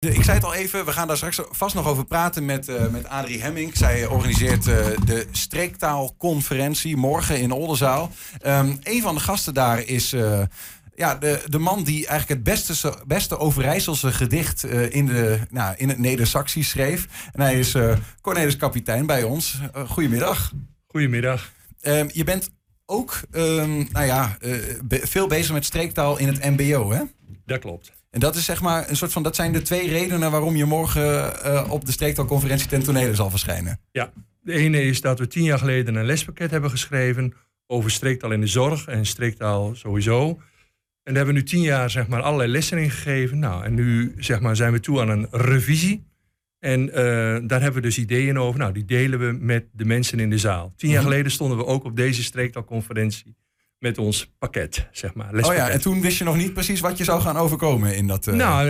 Ik zei het al even, we gaan daar straks vast nog over praten met Adrie Hemmink. Zij organiseert de Streektaalconferentie morgen in Oldenzaal. Een van de gasten daar is de man die eigenlijk het beste Overijsselse gedicht in het Neder-Saxisch schreef. En hij is Cornelis Kapitein bij ons. Goedemiddag. Goedemiddag. Je bent ook veel bezig met streektaal in het mbo, hè? Dat klopt. En dat is zeg maar een soort van, dat zijn de twee redenen waarom je morgen op de streektaalconferentie ten tonele zal verschijnen. Ja, de ene is dat we 10 jaar geleden een lespakket hebben geschreven over streektaal in de zorg en streektaal sowieso. En daar hebben we nu 10 jaar zeg maar allerlei lessen in gegeven. Nou, en nu zeg maar zijn we toe aan een revisie. En daar hebben we dus ideeën over. Nou, die delen we met de mensen in de zaal. 10 jaar geleden stonden we ook op deze streektaalconferentie met ons pakket, zeg maar. Oh ja, en toen wist je nog niet precies wat je zou gaan overkomen in dat... Nou,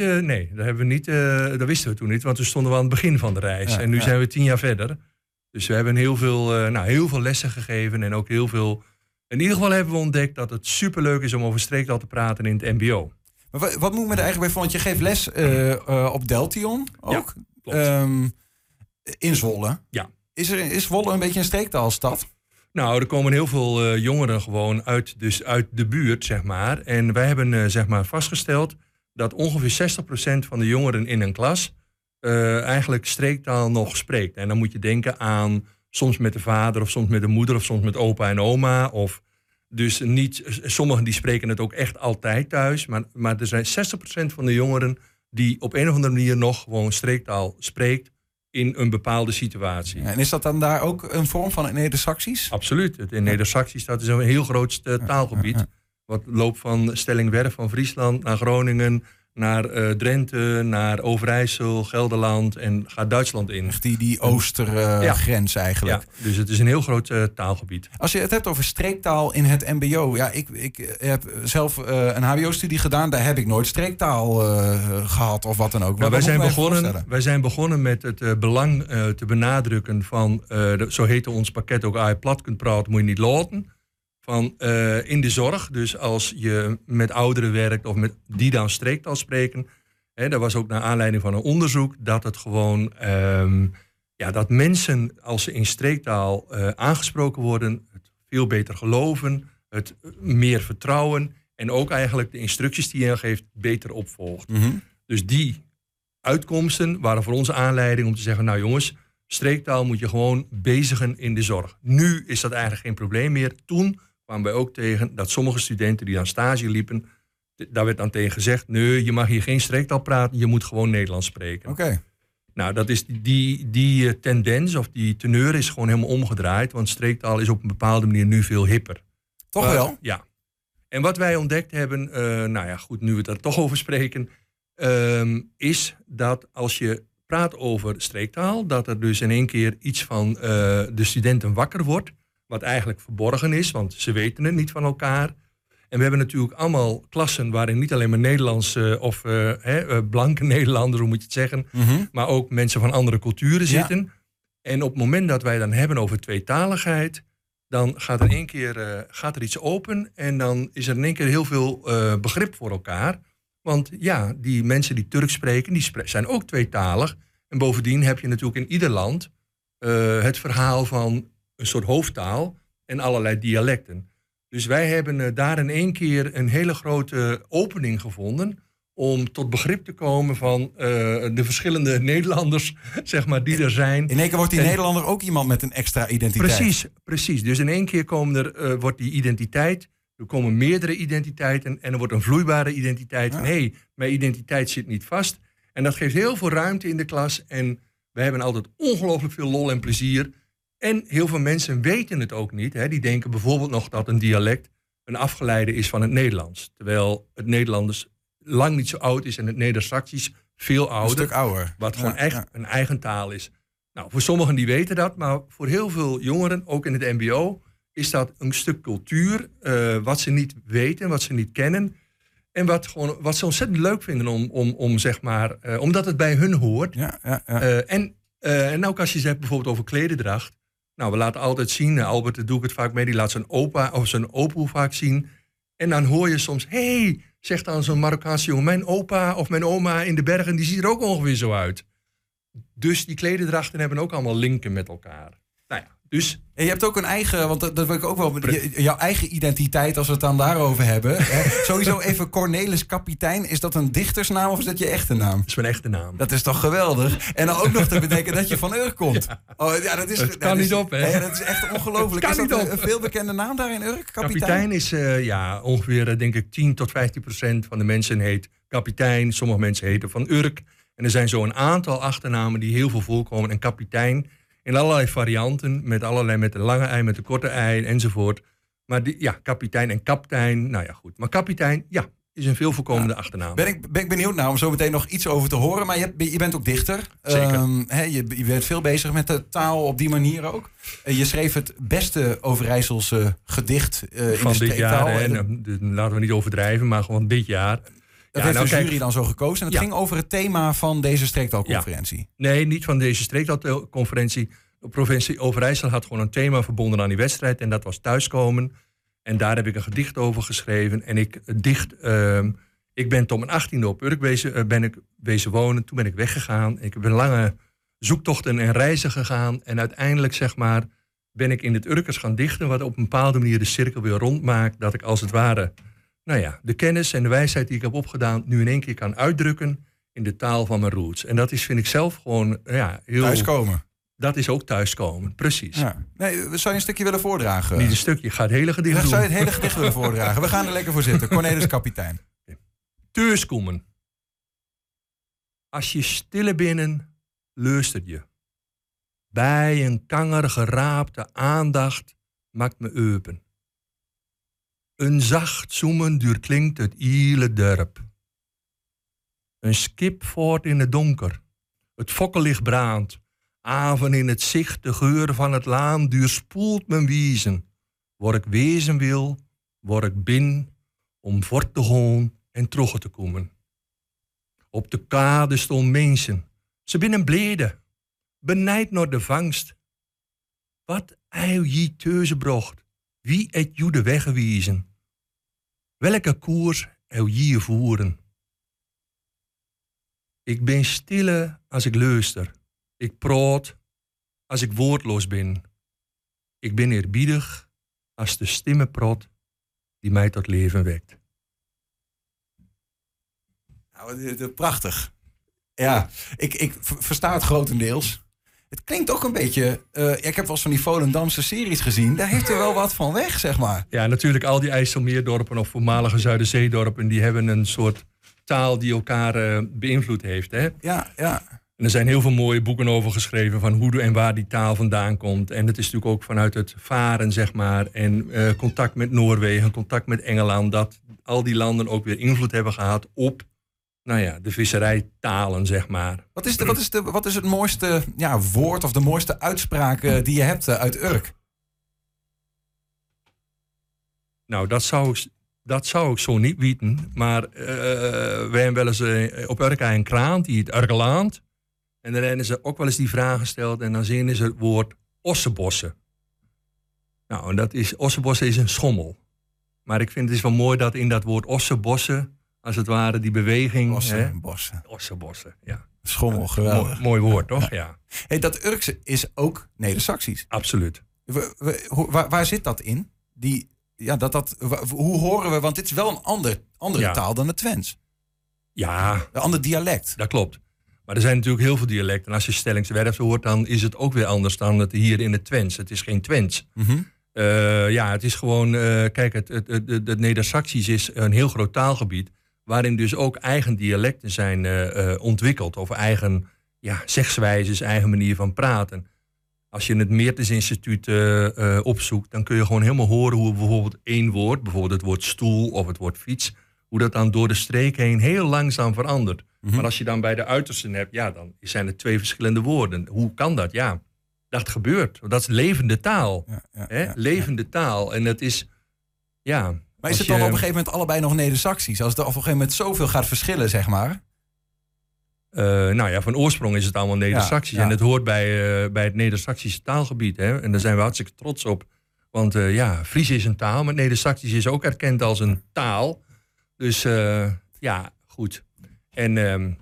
dat wisten we toen niet, want toen stonden we aan het begin van de reis. Ja, en nu zijn we 10 jaar verder. Dus we hebben heel veel lessen gegeven en ook heel veel... In ieder geval hebben we ontdekt dat het superleuk is om over streektaal te praten in het mbo. Maar wat moet ik me er eigenlijk bij voor? Want je geeft les op Deltion ook. Ja, klopt. In Zwolle. Ja. Is Zwolle een beetje een streektaalstad? Nou, er komen heel veel jongeren gewoon uit de buurt, zeg maar. En wij hebben vastgesteld dat ongeveer 60% van de jongeren in een klas eigenlijk streektaal nog spreekt. En dan moet je denken aan soms met de vader of soms met de moeder of soms met opa en oma. Of dus niet, sommigen die spreken het ook echt altijd thuis. Maar er zijn 60% van de jongeren die op een of andere manier nog gewoon streektaal spreekt in een bepaalde situatie. Ja, en is dat dan daar ook een vorm van het Neder-Saxisch? Absoluut. Het in Neder-Saxisch, dat is een heel groot taalgebied. Wat loopt van Stellingwerf van Friesland naar Groningen, naar Drenthe, naar Overijssel, Gelderland en gaat Duitsland in. Die oostergrens eigenlijk. Ja, dus het is een heel groot taalgebied. Als je het hebt over streektaal in het mbo. Ja, ik heb zelf een hbo-studie gedaan. Daar heb ik nooit streektaal gehad of wat dan ook. Nou, wij zijn begonnen met het belang te benadrukken van, zo heette ons pakket ook, als je plat kunt praten, moet je niet laten. Van in de zorg, dus als je met ouderen werkt of met die dan streektaal spreken. Dat was ook naar aanleiding van een onderzoek dat het gewoon, dat mensen als ze in streektaal aangesproken worden, het veel beter geloven, het meer vertrouwen en ook eigenlijk de instructies die je geeft beter opvolgt. Mm-hmm. Dus die uitkomsten waren voor ons aanleiding om te zeggen, nou jongens, streektaal moet je gewoon bezigen in de zorg. Nu is dat eigenlijk geen probleem meer. Toen kwamen wij ook tegen dat sommige studenten die aan stage liepen, daar werd dan tegen gezegd, nee, je mag hier geen streektaal praten, je moet gewoon Nederlands spreken. Okay. Nou, dat is die tendens of die teneur is gewoon helemaal omgedraaid, want streektaal is op een bepaalde manier nu veel hipper. Toch wel? Ja. En wat wij ontdekt hebben, nu we het er toch over spreken, is dat als je praat over streektaal, dat er dus in één keer iets van de studenten wakker wordt, wat eigenlijk verborgen is, want ze weten het niet van elkaar. En we hebben natuurlijk allemaal klassen waarin niet alleen maar Nederlandse of blanke Nederlanders, hoe moet je het zeggen, maar ook mensen van andere culturen zitten. Ja. En op het moment dat wij dan hebben over tweetaligheid, dan gaat er in één keer gaat er iets open en dan is er in één keer heel veel begrip voor elkaar. Want ja, die mensen die Turks spreken, die zijn ook tweetalig. En bovendien heb je natuurlijk in ieder land het verhaal van een soort hoofdtaal en allerlei dialecten. Dus wij hebben daar in één keer een hele grote opening gevonden om tot begrip te komen van de verschillende Nederlanders, zeg maar, die er zijn. In één keer wordt die Nederlander ook iemand met een extra identiteit. Precies. Dus in één keer wordt die identiteit, er komen meerdere identiteiten en er wordt een vloeibare identiteit. Ja. Van, mijn identiteit zit niet vast. En dat geeft heel veel ruimte in de klas en we hebben altijd ongelooflijk veel lol en plezier. En heel veel mensen weten het ook niet. Hè. Die denken bijvoorbeeld nog dat een dialect een afgeleide is van het Nederlands. Terwijl het Nederlands lang niet zo oud is en het Neder-Saxisch veel ouder. Een stuk ouder. Wat gewoon echt een eigen taal is. Nou, voor sommigen die weten dat, maar voor heel veel jongeren, ook in het mbo, is dat een stuk cultuur, wat ze niet weten, wat ze niet kennen. En wat ze ontzettend leuk vinden om zeg maar, omdat het bij hun hoort. Ja. En ook als je zegt bijvoorbeeld over klededracht. Nou, we laten altijd zien, Albert, daar doe ik het vaak mee, die laat zijn opa of zijn opoe vaak zien. En dan hoor je soms, hey, zegt dan zo'n Marokkaanse jongen, mijn opa of mijn oma in de bergen, die ziet er ook ongeveer zo uit. Dus die klederdrachten hebben ook allemaal linken met elkaar. Nou ja, dus... En je hebt ook een eigen, want dat wil ik ook wel... jouw eigen identiteit, als we het dan daarover hebben. Sowieso even Cornelis Kapitein. Is dat een dichtersnaam of is dat je echte naam? Dat is mijn echte naam. Dat is toch geweldig? En dan ook nog te bedenken dat je van Urk komt. Ja. Oh, ja, dat is, het kan niet op, hè? Ja, dat is echt ongelooflijk. Is dat een veelbekende naam daar in Urk? Kapitein is ongeveer, denk ik, 10 tot 15% van de mensen heet kapitein. Sommige mensen heten van Urk. En er zijn zo een aantal achternamen die heel veel voorkomen. En kapitein... in allerlei varianten, met de lange ei, met de korte ei enzovoort. Maar kapitein en kaptein, nou ja goed. Maar kapitein, is een veel voorkomende achternaam. Ben ik benieuwd naar om zo meteen nog iets over te horen. Maar je bent ook dichter. Zeker. Je bent veel bezig met de taal op die manier ook. Je schreef het beste Overijsselse gedicht in van de streektaal. Dit jaar, laten we niet overdrijven, maar gewoon dit jaar. Dat heeft de jury dan zo gekozen. En het ging over het thema van deze streektaalconferentie. Ja. Nee, niet van deze streektaalconferentie. De provincie Overijssel had gewoon een thema verbonden aan die wedstrijd. En dat was thuiskomen. En daar heb ik een gedicht over geschreven. En ik ben tot mijn 18e op Urk wezen wonen. Toen ben ik weggegaan. Ik ben lange zoektochten en reizen gegaan. En uiteindelijk, zeg maar, ben ik in het Urkers gaan dichten. Wat op een bepaalde manier de cirkel weer rondmaakt. Dat ik als het ware... de kennis en de wijsheid die ik heb opgedaan... nu in één keer kan uitdrukken in de taal van mijn roots. En dat vind ik zelf gewoon heel... Thuiskomen. Dat is ook thuiskomen, precies. Ja. Nee, zou je een stukje willen voordragen? Niet een stukje, ga het hele gedicht doen. Zou je het hele gedicht willen voordragen? We gaan er lekker voor zitten. Cornelis Kapitein. Thuiskomen. Als je stille binnen, luistert je. Bij een kanger geraapte aandacht maakt me open. Een zacht zoemen doorklinkt het iele dorp. Een skip voort in het donker. Het fokkenlicht brandt. Avond in het zicht, de geur van het laan doorspoelt mijn wezen. Waar ik wezen wil, waar ik bin, om voort te gaan en terug te komen. Op de kade stonden mensen. Ze binnen blede, benijd naar de vangst. Wat eil je teuze brocht, wie het je de weg gewezen? Welke koers eil je voeren? Ik ben stille als ik luister. Ik praat als ik woordloos ben. Ik ben eerbiedig als de stimme praat die mij tot leven wekt. Nou, prachtig. Ja, ik versta het grotendeels. Het klinkt ook een beetje... ik heb wel eens van die Volendamse series gezien. Daar heeft er wel wat van weg, zeg maar. Ja, natuurlijk al die IJsselmeerdorpen of voormalige Zuiderzeedorpen... die hebben een soort taal die elkaar beïnvloed heeft. Hè? Ja. En er zijn heel veel mooie boeken over geschreven... van hoe en waar die taal vandaan komt. En het is natuurlijk ook vanuit het varen, zeg maar... en contact met Noorwegen, contact met Engeland... dat al die landen ook weer invloed hebben gehad op... de visserijtalen, zeg maar. Wat is het mooiste woord of de mooiste uitspraak die je hebt uit Urk? Nou, dat zou ik zo niet weten. Maar wij hebben wel eens op Urk een kraan, die het Urkelaand. En dan hebben ze ook wel eens die vraag gesteld. En dan zien ze het woord ossebossen. Nou, en dat is, ossebossen is een schommel. Maar ik vind het is wel mooi dat in dat woord ossebossen... als het ware die beweging... Ossebossen, ja. Schommel, geweldig. Mooi woord, toch? Ja. Hey, dat Urkse is ook Neder-Saxisch. Absoluut. Waar zit dat in? Hoe horen we... Want dit is wel een andere taal dan het Twents. Ja. Een ander dialect. Dat klopt. Maar er zijn natuurlijk heel veel dialecten. En als je Stellingswerf hoort, dan is het ook weer anders dan het hier in het Twents. Het is geen Twents. Mm-hmm. Het is gewoon... kijk, het Neder-Saxisch is een heel groot taalgebied... waarin dus ook eigen dialecten zijn ontwikkeld. Of eigen zegswijzes, eigen manier van praten. Als je het Meertens Instituut opzoekt... dan kun je gewoon helemaal horen hoe bijvoorbeeld één woord... bijvoorbeeld het woord stoel of het woord fiets... hoe dat dan door de streek heen heel langzaam verandert. Mm-hmm. Maar als je dan bij de uitersten hebt... dan zijn het 2 verschillende woorden. Hoe kan dat? Ja, dat gebeurt. Dat is levende taal. Levende taal. En dat is... Maar is het dan op een gegeven moment allebei nog Neder-Saxisch? Als het op een gegeven moment zoveel gaat verschillen, zeg maar? Van oorsprong is het allemaal Neder-Saxisch. Ja. En het hoort bij het Neder-Saxische taalgebied. Hè? En daar zijn we hartstikke trots op. Want Fries is een taal, maar Neder-Saxisch is ook erkend als een taal. Dus goed. En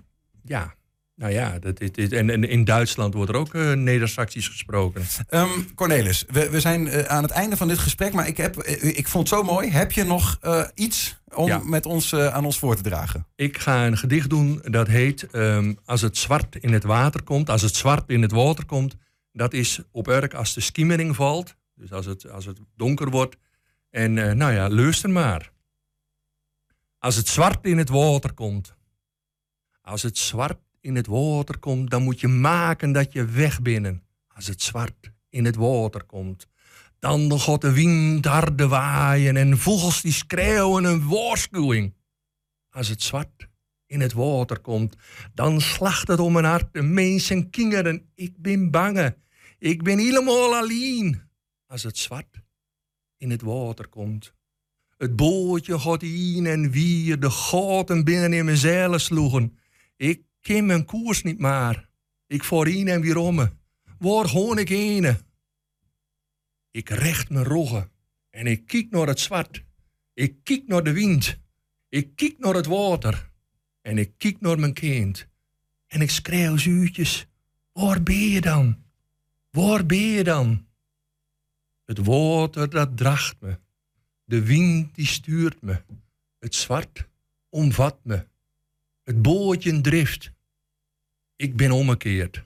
en in Duitsland wordt er ook Neder-Saxisch gesproken. Cornelis, we zijn aan het einde van dit gesprek, maar ik vond het zo mooi. Heb je nog iets om met ons aan ons voor te dragen? Ik ga een gedicht doen dat heet Als het zwart in het water komt, als het zwart in het water komt. Dat is op Urk als de skimmering valt. Dus als het donker wordt. En luister maar. Als het zwart in het water komt. Als het zwart in het water komt, dan moet je maken dat je weg binnen. Als het zwart in het water komt. Dan gaat de wind harde waaien en vogels die schreeuwen een waarschuwing. Als het zwart in het water komt, dan slacht het om mijn hart. De mensen kingeren, ik ben bange. Ik ben helemaal alleen. Als het zwart in het water komt. Het bootje gaat in en weer, de gaten binnen in mijn zeilen sloegen. Ik ken mijn koers niet maar. Ik voer in en weer om me. Waar gewoon ik heen? Ik recht mijn roggen en ik kijk naar het zwart. Ik kijk naar de wind. Ik kijk naar het water. En ik kijk naar mijn kind. En ik schreeuw zuurtjes. Waar ben je dan? Waar ben je dan? Het water dat draagt me. De wind die stuurt me. Het zwart omvat me. Het bootje drift. Ik ben omgekeerd.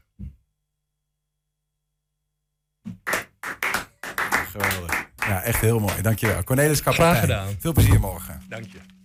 Geweldig. Ja, echt heel mooi. Dankjewel. Cornelis Kapitein. Graag gedaan. Veel plezier morgen. Dank je.